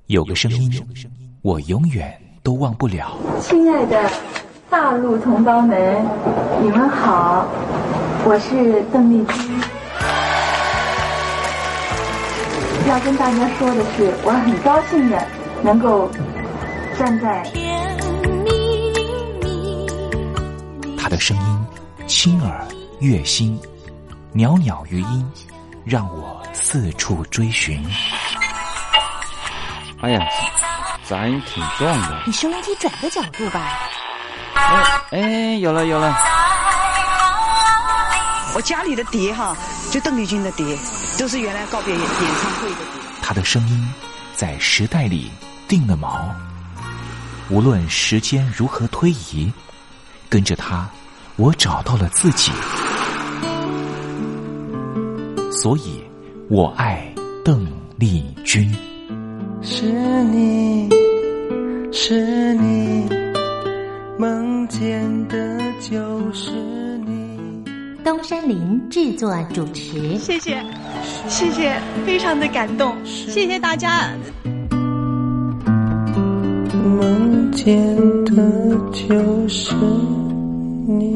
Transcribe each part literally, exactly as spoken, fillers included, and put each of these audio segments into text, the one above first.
有个声音，我永远都忘不了。 亲爱的大陆同胞们，你们好，我是邓丽君。要跟大家说的是，我很高兴的能够站在他的声音轻耳悦心，袅袅余音让我四处追寻。 哎呀，咱挺壮的。 你收音机转个角度吧。 哎哎，有了有了。 我家里的碟哈，就邓丽君的碟，都是原来告别演唱会的碟。 他的声音在时代里定了锚，无论时间如何推移，跟着他，我找到了自己。所以，我爱邓丽君。 是你，是你，梦见的就是你。 东山林制作主持。 谢谢，谢谢，非常的感动，谢谢大家。 梦见的就是你。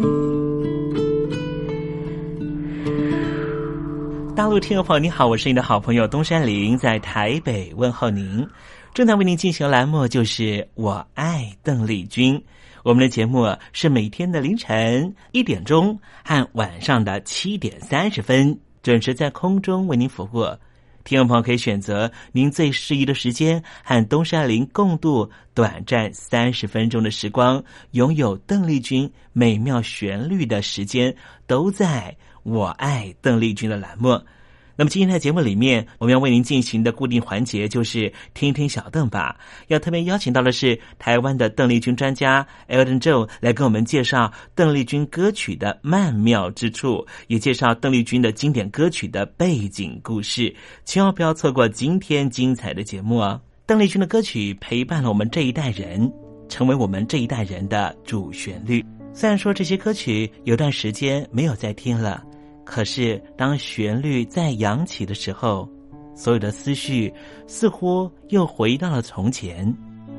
大陆听众朋友，你好，我是你的好朋友东山林，在台北问候您。正在为您进行的栏目就是我爱邓丽君。我们的节目是每天的凌晨一点钟和晚上的七点三十分准时在空中为您服务。听众朋友可以选择您最适宜的时间，和东山林共度短暂三十分钟的时光，拥有邓丽君美妙旋律的时间，都在我爱邓丽君的栏目。那么今天的节目里面，我们要为您进行的固定环节就是听听小邓吧。要特别邀请到的是台湾的邓丽君专家 Elton Joe 来跟我们介绍邓丽君歌曲的曼妙之处，也介绍邓丽君的经典歌曲的背景故事。千万不要错过今天精彩的节目哦。邓丽君的歌曲陪伴了我们这一代人，成为我们这一代人的主旋律。虽然说这些歌曲有段时间没有再听了，可是当旋律再扬起的时候，所有的思绪似乎又回到了从前。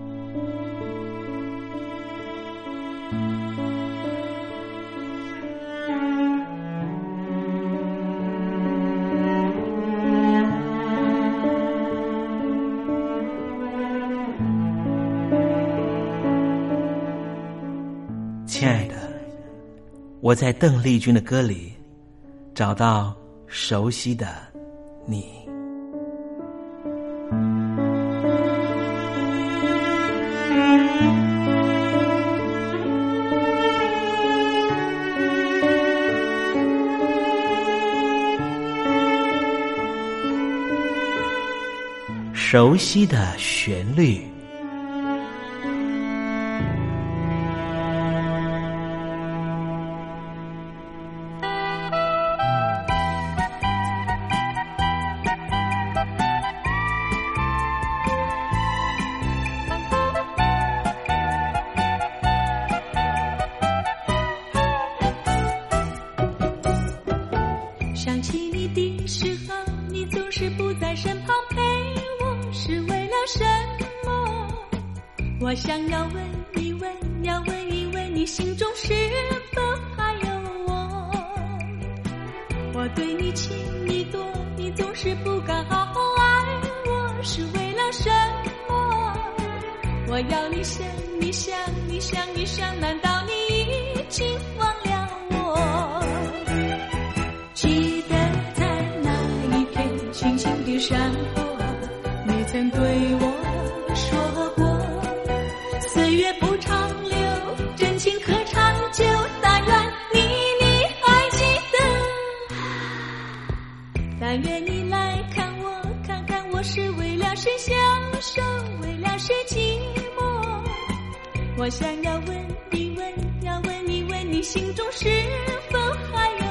亲爱的，我在邓丽君的歌里找到熟悉的你。熟悉的旋律， 想起你的时候，你总是不在身旁陪我，是为了什么？我想要问一问，要问一问，你心中是否还有我？我对你情意多，你总是不敢好好爱我，是为了什么？我要你想，你想，你想，你想，难道你已经忘了我？记得在那一片青青的山坡，你曾对我说过，岁月不长留，真情可长久，但愿你你还记得。但愿你来看我，看看我是为了谁享受，为了谁寂寞。我想要问一问，要问一问，你心中是否还有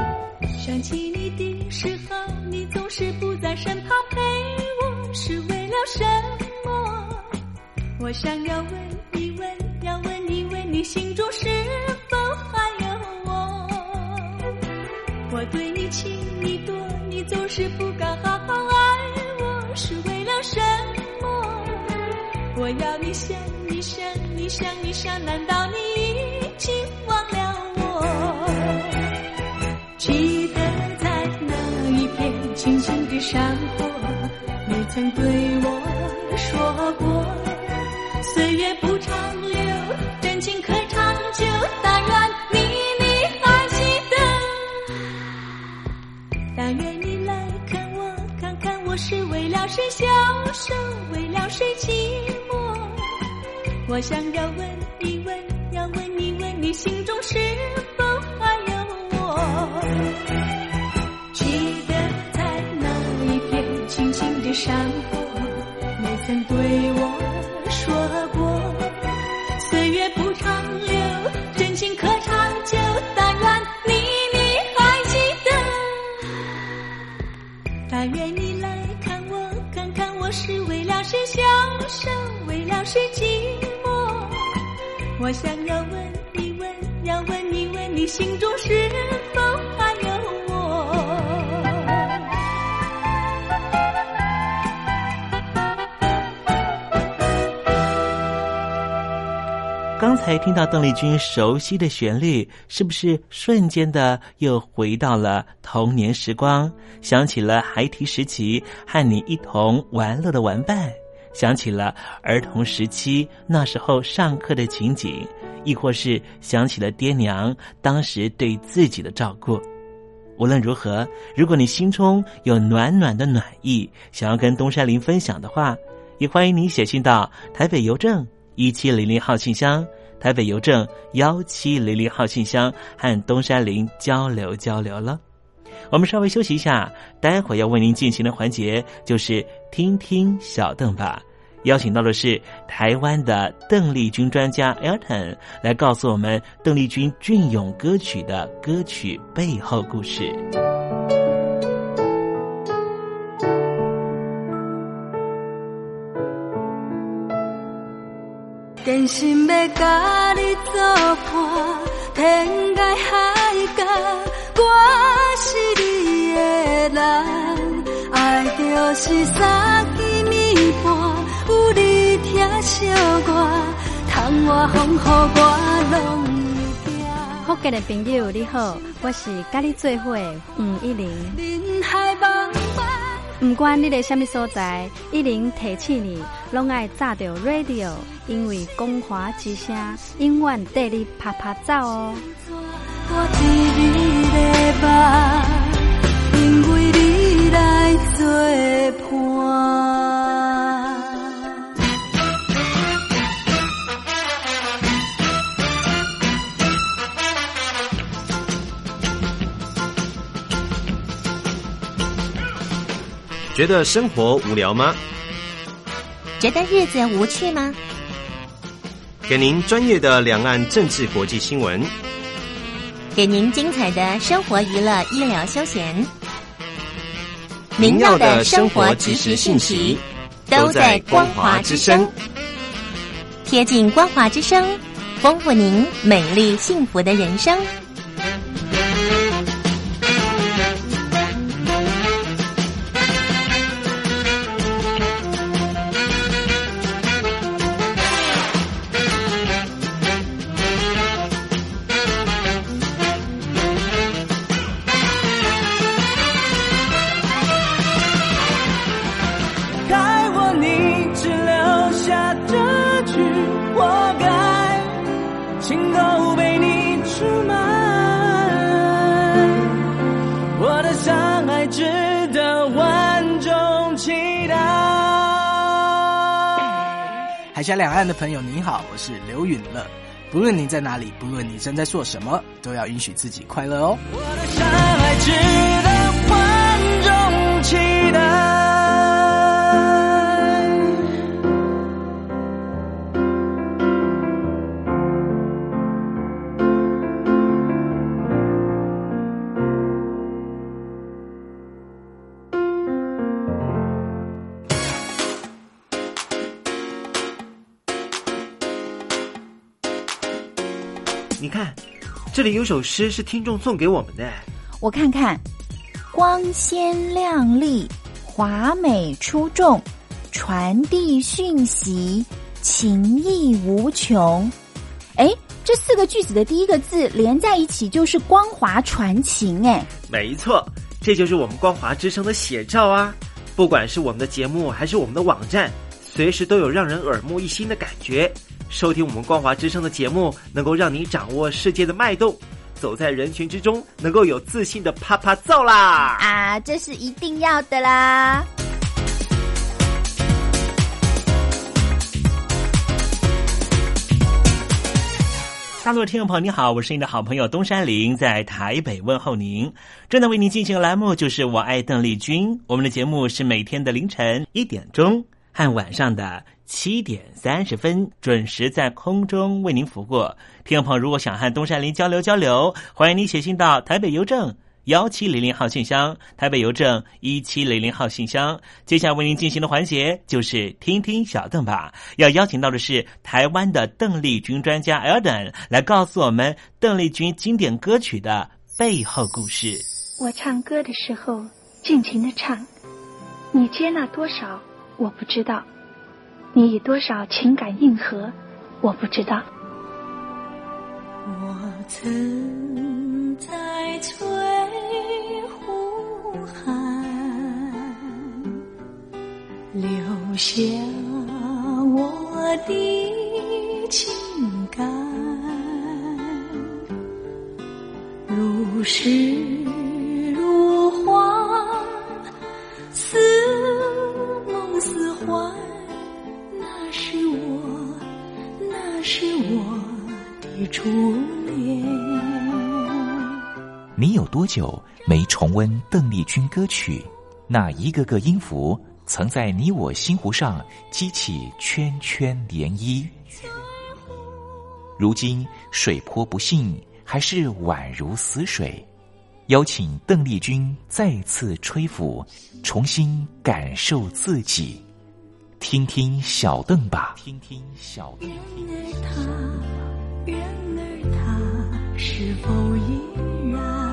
想起你的时候，你总是不在身旁陪我，是为了什么？我想要问一问，要问一问你心中是否还有我？我对你情你多，你总是不敢好好爱我，是为了什么？我要你想你想你想你想，难道你已经忘了我？记得在那一片青青的山坡，你曾对我说过，岁月不长留，真情可长久，但愿你你还记得。但愿你来看我，看看我是为了谁消瘦，为了谁寂寞。我想要问一问，要问一问你心中是否还有我？记得在那一片青青的山坡，你曾对我说过，岁月不长留，真情可长久，但愿你你还记得。但愿你来看我，看看我是为了谁消瘦，为了谁寂寞。我想要问一问，要问一问你心中是否还有我？ 刚才听到邓丽君熟悉的旋律，是不是瞬间的又回到了童年时光，想起了孩提时期和你一同玩乐的玩伴，想起了儿童时期那时候上课的情景，亦或是想起了爹娘当时对自己的照顾。无论如何，如果你心中有暖暖的暖意，想要跟东山林分享的话，也欢迎你写信到台北邮政一七零零号信箱，台北邮政一七零零号信箱，和东山林交流交流了。我们稍微休息一下，待会儿要为您进行的环节就是听听小邓吧。邀请到的是台湾的邓丽君专家 Elton 来告诉我们邓丽君隽永歌曲的歌曲背后故事。 真心要甲你作伴，天涯海角，我是你的人，爱就是三更暝半，有你疼惜我，窗外风雨我拢会惊。 福建的朋友你好，我是甲你做伙黄一玲。 人海茫茫， 不管你在什么所在，一零提醒你，拢爱炸着 radio， 因为光华之声永远带你啪啪走哦。 我知你的梦，因为你来作伴。 觉得生活无聊吗？ 觉得日子无趣吗？ 给您专业的两岸政治国际新闻， 给您精彩的生活娱乐医疗休闲，您要的生活即时信息都在光华之声，贴近光华之声，丰富您美丽幸福的人生。 海峡两岸的朋友您好，我是刘允乐。不论你在哪里，不论你正在做什么，都要允许自己快乐哦。我的山海值得万众期待。 你看，这里有首诗是听众送给我们的。 我看看，光鲜亮丽，华美出众，传递讯息，情意无穷。哎，这四个句子的第一个字连在一起就是光华传情。哎， 没错，这就是我们光华之声的写照啊！不管是我们的节目还是我们的网站，随时都有让人耳目一新的感觉。收听我们光华之声的节目，能够让你掌握世界的脉动，走在人群之中，能够有自信的啪啪照啦！ 啊，这是一定要的啦！ 大陆的听众朋友你好，我是你的好朋友东山林，在台北问候您。正在为您进行的栏目就是我爱邓丽君，我们的节目是每天的凌晨一点钟和晚上的七点三十分准时在空中为您服务。听众朋友如果想和东山林交流交流，欢迎您写信到台北邮政一七零零号信箱，台北邮政一七零零号信箱。接下来为您进行的环节就是听听小邓吧，要邀请到的是台湾的邓丽君专家 Elden 来告诉我们邓丽君经典歌曲的背后故事。 我唱歌的时候尽情地唱，你接纳多少我不知道，你以多少情感应和我不知道。 我曾在翠湖畔留下我的情感，如诗如画，似梦似幻，那是我，那是我的初恋。 你有多久没重温邓丽君歌曲？那一个个音符曾在你我心湖上激起圈圈涟漪。如今水波不兴，还是宛如死水。邀请邓丽君再次吹拂，重新感受自己。听听小邓吧，听听小邓。 然而他是否依然？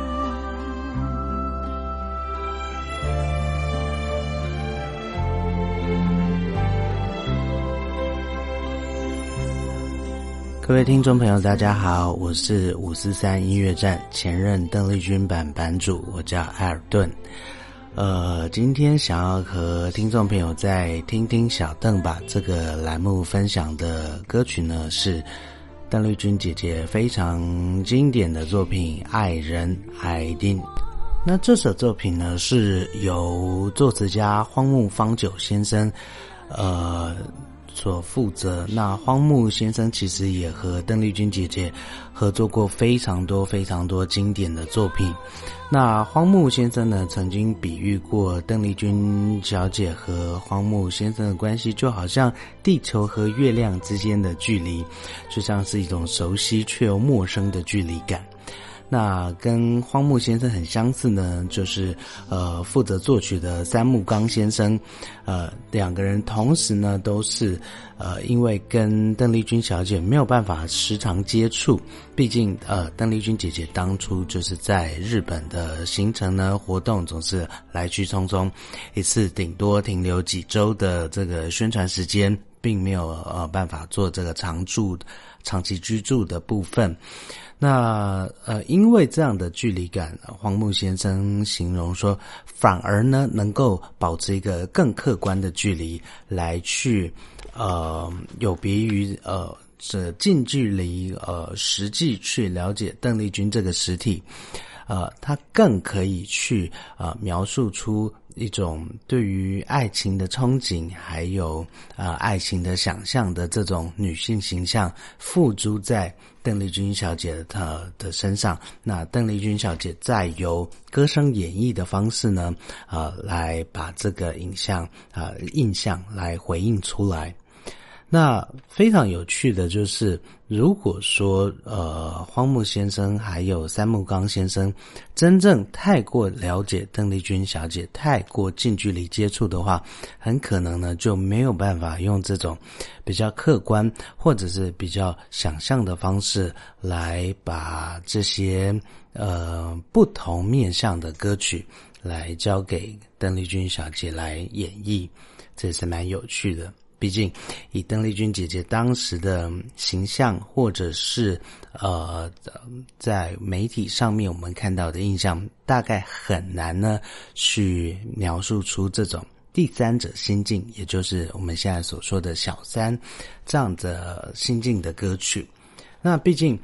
各位听众朋友大家好，我是五四三音乐站前任邓丽君版版主，我叫艾尔顿。呃，今天想要和听众朋友在听听小邓吧这个栏目分享的歌曲呢，是邓丽君姐姐非常经典的作品《爱人爱丁》。那这首作品呢，是由作词家荒木芳久先生呃所负责。那荒木先生其实也和邓丽君姐姐合作过非常多非常多经典的作品。那荒木先生呢，曾经比喻过邓丽君小姐和荒木先生的关系，就好像地球和月亮之间的距离，就像是一种熟悉却又陌生的距离感。那跟荒木先生很相似呢，就是呃负责作曲的三木刚先生，呃两个人同时呢都是呃因为跟邓丽君小姐没有办法时常接触，毕竟呃邓丽君姐姐当初就是在日本的行程呢活动总是来去匆匆，一次顶多停留几周的这个宣传时间，并没有呃办法做这个常住长期居住的部分。那呃，因为这样的距离感，荒木先生形容说，反而呢能够保持一个更客观的距离，来去呃有别于呃这近距离呃实际去了解邓丽君这个实体，呃，他更可以去呃描述出一种对于爱情的憧憬，还有呃爱情的想象的这种女性形象付诸在邓丽君小姐的她的身上。那邓丽君小姐再由歌声演绎的方式呢，呃，来把这个影像呃印象来回应出来。 那非常有趣的就是，如果说呃荒木先生还有三木刚先生真正太过了解邓丽君小姐，太过近距离接触的话，很可能呢就没有办法用这种比较客观或者是比较想象的方式来把这些呃不同面向的歌曲来交给邓丽君小姐来演绎，这也是蛮有趣的。毕竟以邓丽君姐姐当时的形象，或者是呃在媒体上面我们看到的印象，大概很难呢去描述出这种第三者心境，也就是我们现在所说的小三这样的心境的歌曲。那毕竟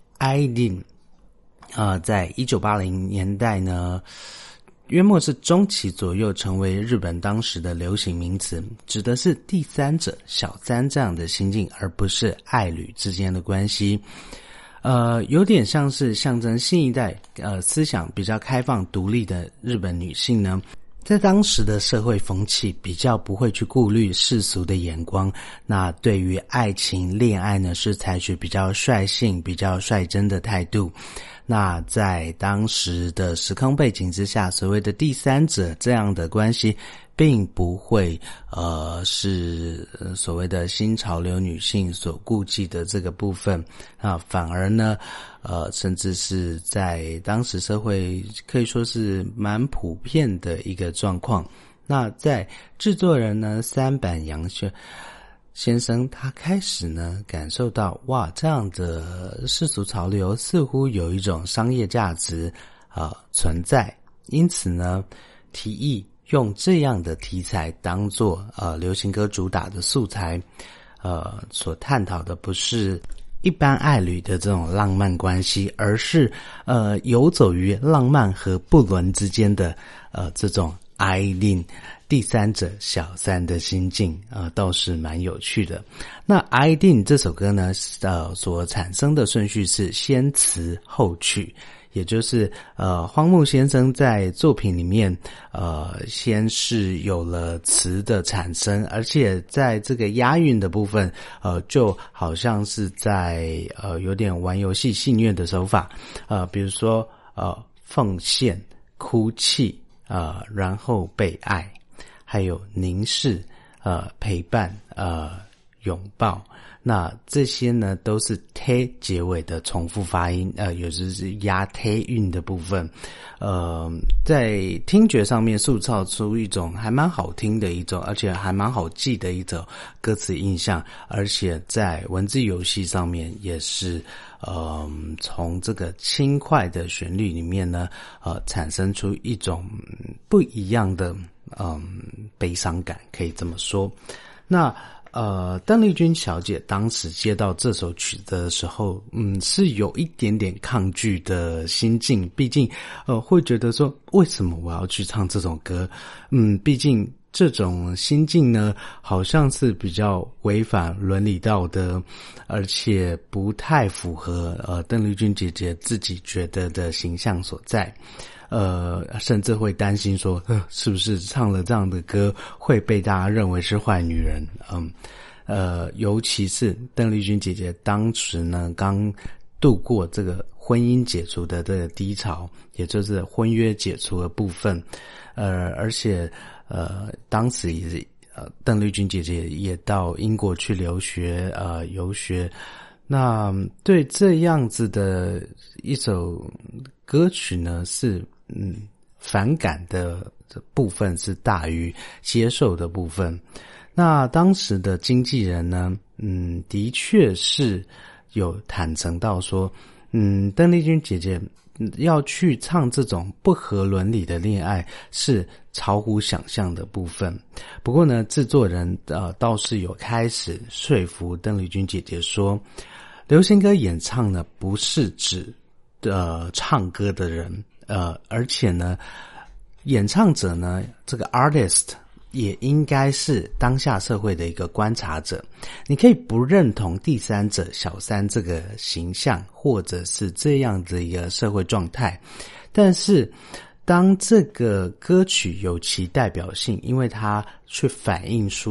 Idin 呃在一九八零年代呢，约莫是中期左右成为日本当时的流行名词，指的是第三者小三这样的心境，而不是爱侣之间的关系。呃，有点像是象征新一代呃思想比较开放独立的日本女性呢，在当时的社会风气比较不会去顾虑世俗的眼光，那对于爱情恋爱呢是采取比较率性比较率真的态度。那在当时的时空背景之下，所谓的第三者这样的关系并不会呃是所谓的新潮流女性所顾忌的这个部分啊，反而呢呃甚至是在当时社会可以说是蛮普遍的一个状况。那在制作人呢三坂洋秀先生他开始呢感受到，哇，这样的世俗潮流似乎有一种商业价值呃存在，因此呢提议用这样的题材当作呃流行歌主打的素材，呃所探讨的不是一般爱侣的这种浪漫关系，而是呃游走于浪漫和不伦之间的呃这种Idin第三者小三的心境，呃，倒是蛮有趣的。那 Idin 这首歌呢，呃，所产生的顺序是先词后曲，也就是呃，荒木先生在作品里面，呃，先是有了词的产生，而且在这个押韵的部分，呃，就好像是在呃有点玩游戏戏谑的手法，呃，比如说呃奉献、哭泣，呃，然后被爱。还有凝视，呃，陪伴，呃，拥抱，那这些呢都是 t 结尾的重复发音，呃，有时是压 t 韵的部分，呃，在听觉上面塑造出一种还蛮好听的一种，而且还蛮好记的一种歌词印象，而且在文字游戏上面也是。呃，从这个轻快的旋律里面呢，呃，产生出一种不一样的嗯悲伤感，可以这么说。那呃，邓丽君小姐当时接到这首曲子的时候，嗯，是有一点点抗拒的心境，毕竟呃会觉得说，为什么我要去唱这种歌？嗯，毕竟。这种心境呢，好像是比较违反伦理道德，而且不太符合呃邓丽君姐姐自己觉得的形象所在，呃，甚至会担心说，呃，是不是唱了这样的歌会被大家认为是坏女人？嗯，呃，尤其是邓丽君姐姐当时呢刚度过这个婚姻解除的这个低潮，也就是婚约解除的部分，呃，而且。呃，当时也是呃，邓丽君姐姐也到英国去留学，呃，游学。那对这样子的一首歌曲呢，是嗯反感的部分是大于接受的部分。那当时的经纪人呢，嗯，的确是有坦诚到说，嗯，邓丽君姐姐。要去唱这种不合伦理的恋爱是超乎想象的部分。不过呢，制作人呃倒是有开始说服邓丽君姐姐说，流行歌演唱呢不是指呃唱歌的人，呃而且呢演唱者呢这个 artist也应该是当下社会的一个观察者，你可以不认同第三者小三这个形象或者是这样的一个社会状态，但是当这个歌曲有其代表性，因为它去反映出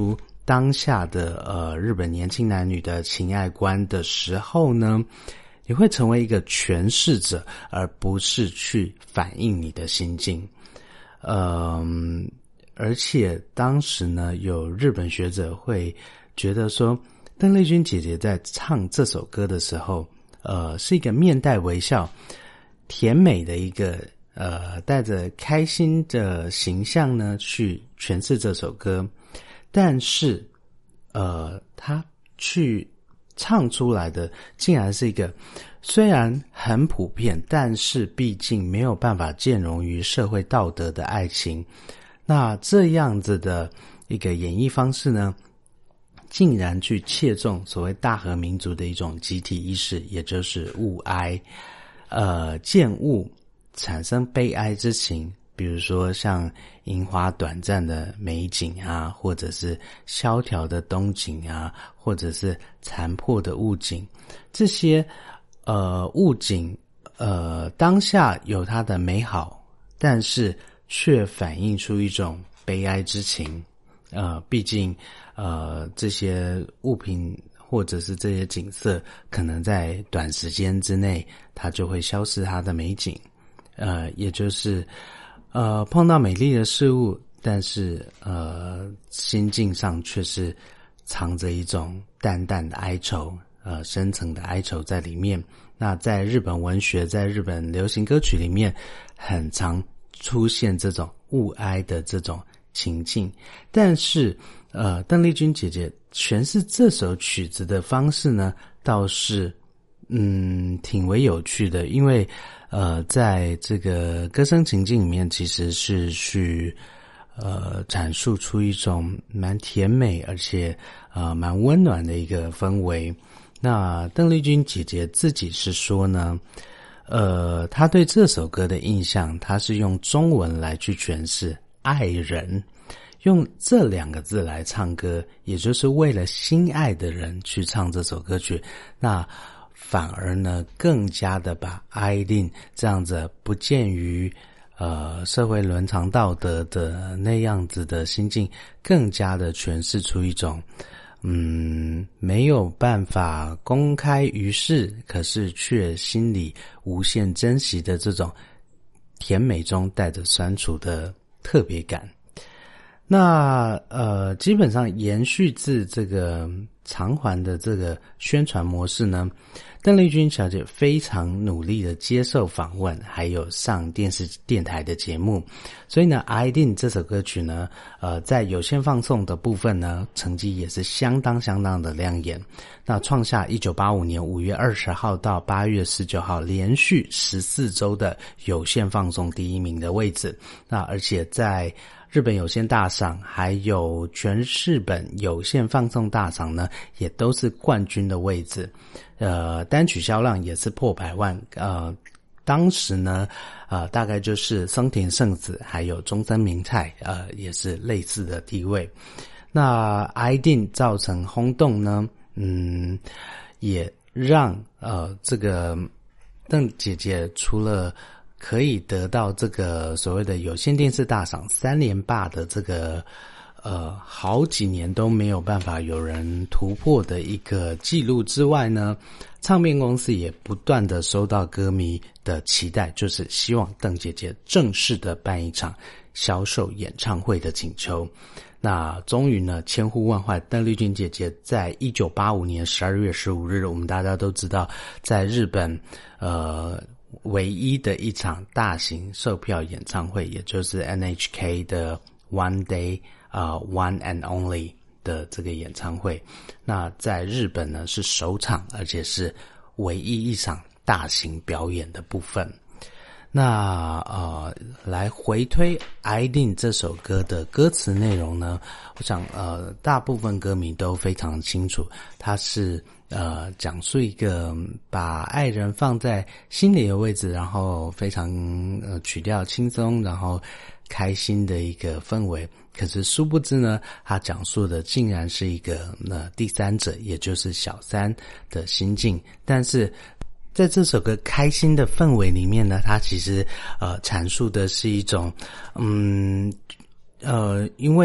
当下的呃日本年轻男女的情爱观的时候呢，你会成为一个诠释者，而不是去反映你的心境。嗯，而且当时呢，有日本学者会觉得说，邓丽君姐姐在唱这首歌的时候，呃，是一个面带微笑、甜美的一个呃，带着开心的形象呢，去诠释这首歌。但是，呃，她去唱出来的，竟然是一个虽然很普遍，但是毕竟没有办法兼容于社会道德的爱情。那这样子的一个演绎方式呢，竟然去切中所谓大和民族的一种集体意识，也就是物哀，呃，见物产生悲哀之情。比如说像樱花短暂的美景啊，或者是萧条的冬景啊，或者是残破的物景，这些呃物景呃当下有它的美好，但是却反映出一种悲哀之情。呃毕竟呃这些物品或者是这些景色可能在短时间之内它就会消失它的美景，呃也就是呃，碰到美丽的事物，但是呃，心境上却是藏着一种淡淡的哀愁，呃，深层的哀愁在里面。那在日本文学，在日本流行歌曲里面，很常出现这种物哀的这种情境。但是，呃，邓丽君姐姐诠释这首曲子的方式呢，倒是嗯挺为有趣的，因为呃，在这个歌声情境里面，其实是去呃阐述出一种蛮甜美而且呃蛮温暖的一个氛围。那邓丽君姐姐自己是说呢，呃，她对这首歌的印象，她是用中文来去诠释爱人，用这两个字来唱歌，也就是为了心爱的人去唱这首歌曲。那反而呢，更加的把哀令这样子不见于呃社会伦常道德的那样子的心境，更加的诠释出一种嗯没有办法公开于世，可是却心里无限珍惜的这种甜美中带着酸楚的特别感。那呃基本上延续自这个偿还的这个宣传模式呢，邓丽君小姐非常努力的接受访问，还有上电视电台的节目。所以呢 I Didn't 这首歌曲呢呃在有线放送的部分呢，成绩也是相当相当的亮眼。那创下一九八五年五月二十号到八月十九号连续十四周的有线放送第一名的位置。那而且在日本有线大赏还有全日本有线放送大赏呢，也都是冠军的位置。呃，单曲销量也是破百万。呃，当时呢，呃，大概就是松田圣子还有中森明菜，呃，也是类似的地位。那 I Didn't 造成轰动呢，嗯，也让呃这个邓姐姐除了可以得到这个所谓的有线电视大赏三连霸的这个呃好几年都没有办法有人突破的一个记录之外呢，唱片公司也不断的收到歌迷的期待，就是希望邓姐姐正式的办一场销售演唱会的请求。那终于呢，千呼万唤，邓丽君姐姐在一九八五年十二月十五日，我们大家都知道，在日本呃唯一的一场大型售票演唱会，也就是 N H K 的 One Day 啊、呃、One and Only 的这个演唱会。那在日本呢是首场，而且是唯一一场大型表演的部分。那呃，来回推《I Didn't》这首歌的歌词内容呢，我想呃，大部分歌迷都非常清楚，它是呃讲述一个把爱人放在心里的位置，然后非常呃曲调轻松，然后开心的一个氛围。可是殊不知呢，它讲述的竟然是一个呃第三者，也就是小三的心境。但是在这首歌开心的氛围里面呢，它其实呃阐述的是一种嗯呃因为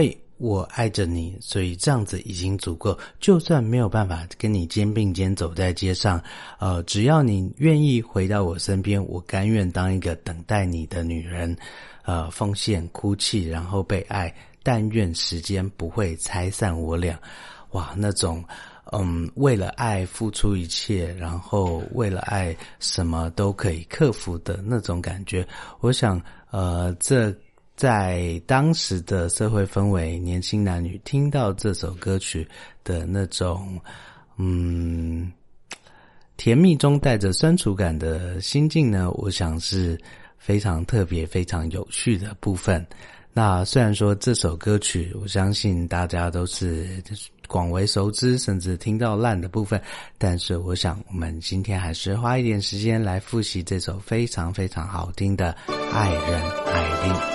我爱着你，所以这样子已经足够。就算没有办法跟你肩并肩走在街上，呃，只要你愿意回到我身边，我甘愿当一个等待你的女人，呃，奉献、哭泣，然后被爱。但愿时间不会拆散我俩。哇，那种嗯，为了爱付出一切，然后为了爱什么都可以克服的那种感觉，我想呃，这在当时的社会氛围，年轻男女听到这首歌曲的那种嗯甜蜜中带着酸楚感的心境呢，我想是非常特别非常有趣的部分。那虽然说这首歌曲我相信大家都是广为熟知，甚至听到烂的部分，但是我想我们今天还是花一点时间来复习这首非常非常好听的《爱人爱令》。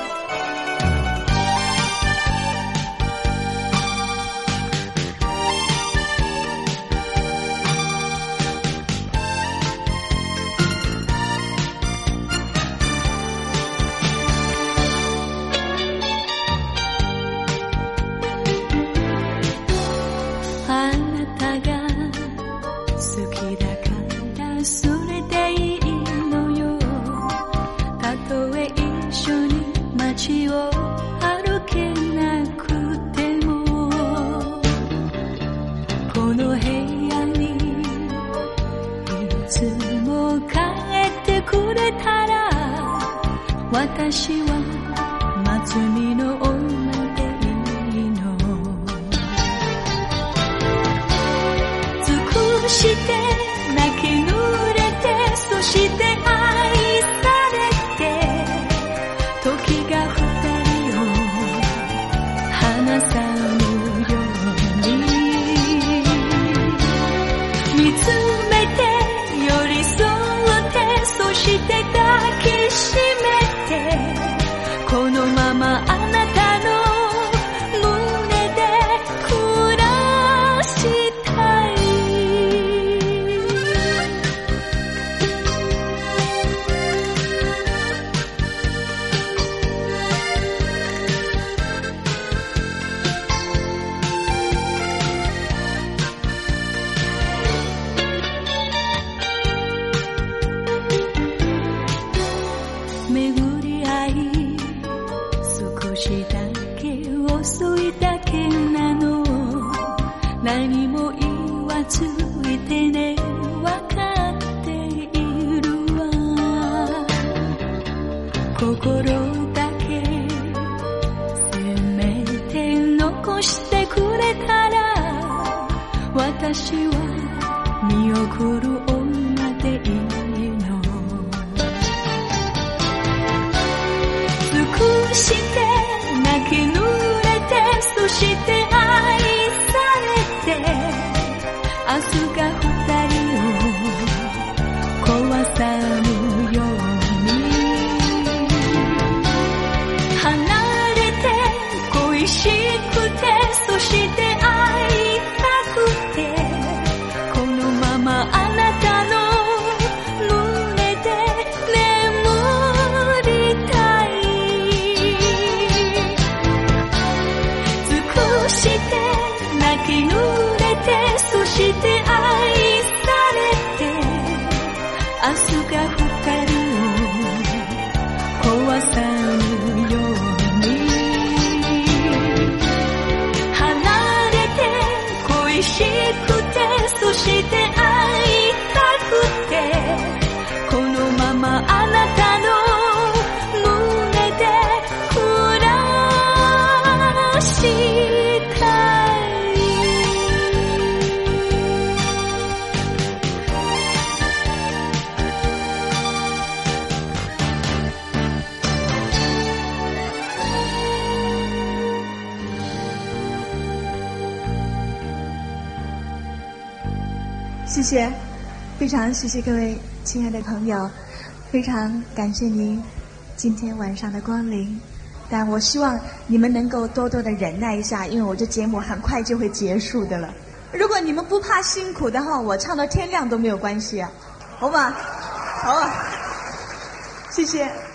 私は松見の女でいいの尽くして泣き濡れてそして愛されて時が二人を離さぬように見つめて寄り添ってそして抱きしめこのままあなたの胸で暮らしたい巡り合い少しだけ遅いだけなの何も言わずいてねわかっているわ心だけせめて残してくれたら私は見送る女でいいの尽くして泣き濡れてそして愛されて明日が二人を壊さぬように離れて恋しくてそして会いたくてこのままあなたの胸で眠りたいそして泣き濡れてそして愛されて明日が二人を壊さぬように離れて恋しくてそして会いたくてこのままあなたの胸で暮らした谢谢，非常谢谢各位亲爱的朋友，非常感谢您今天晚上的光临。但我希望你们能够多多的忍耐一下，因为我这节目很快就会结束的了。如果你们不怕辛苦的话，我唱到天亮都没有关系啊，好吧？好啊，谢谢。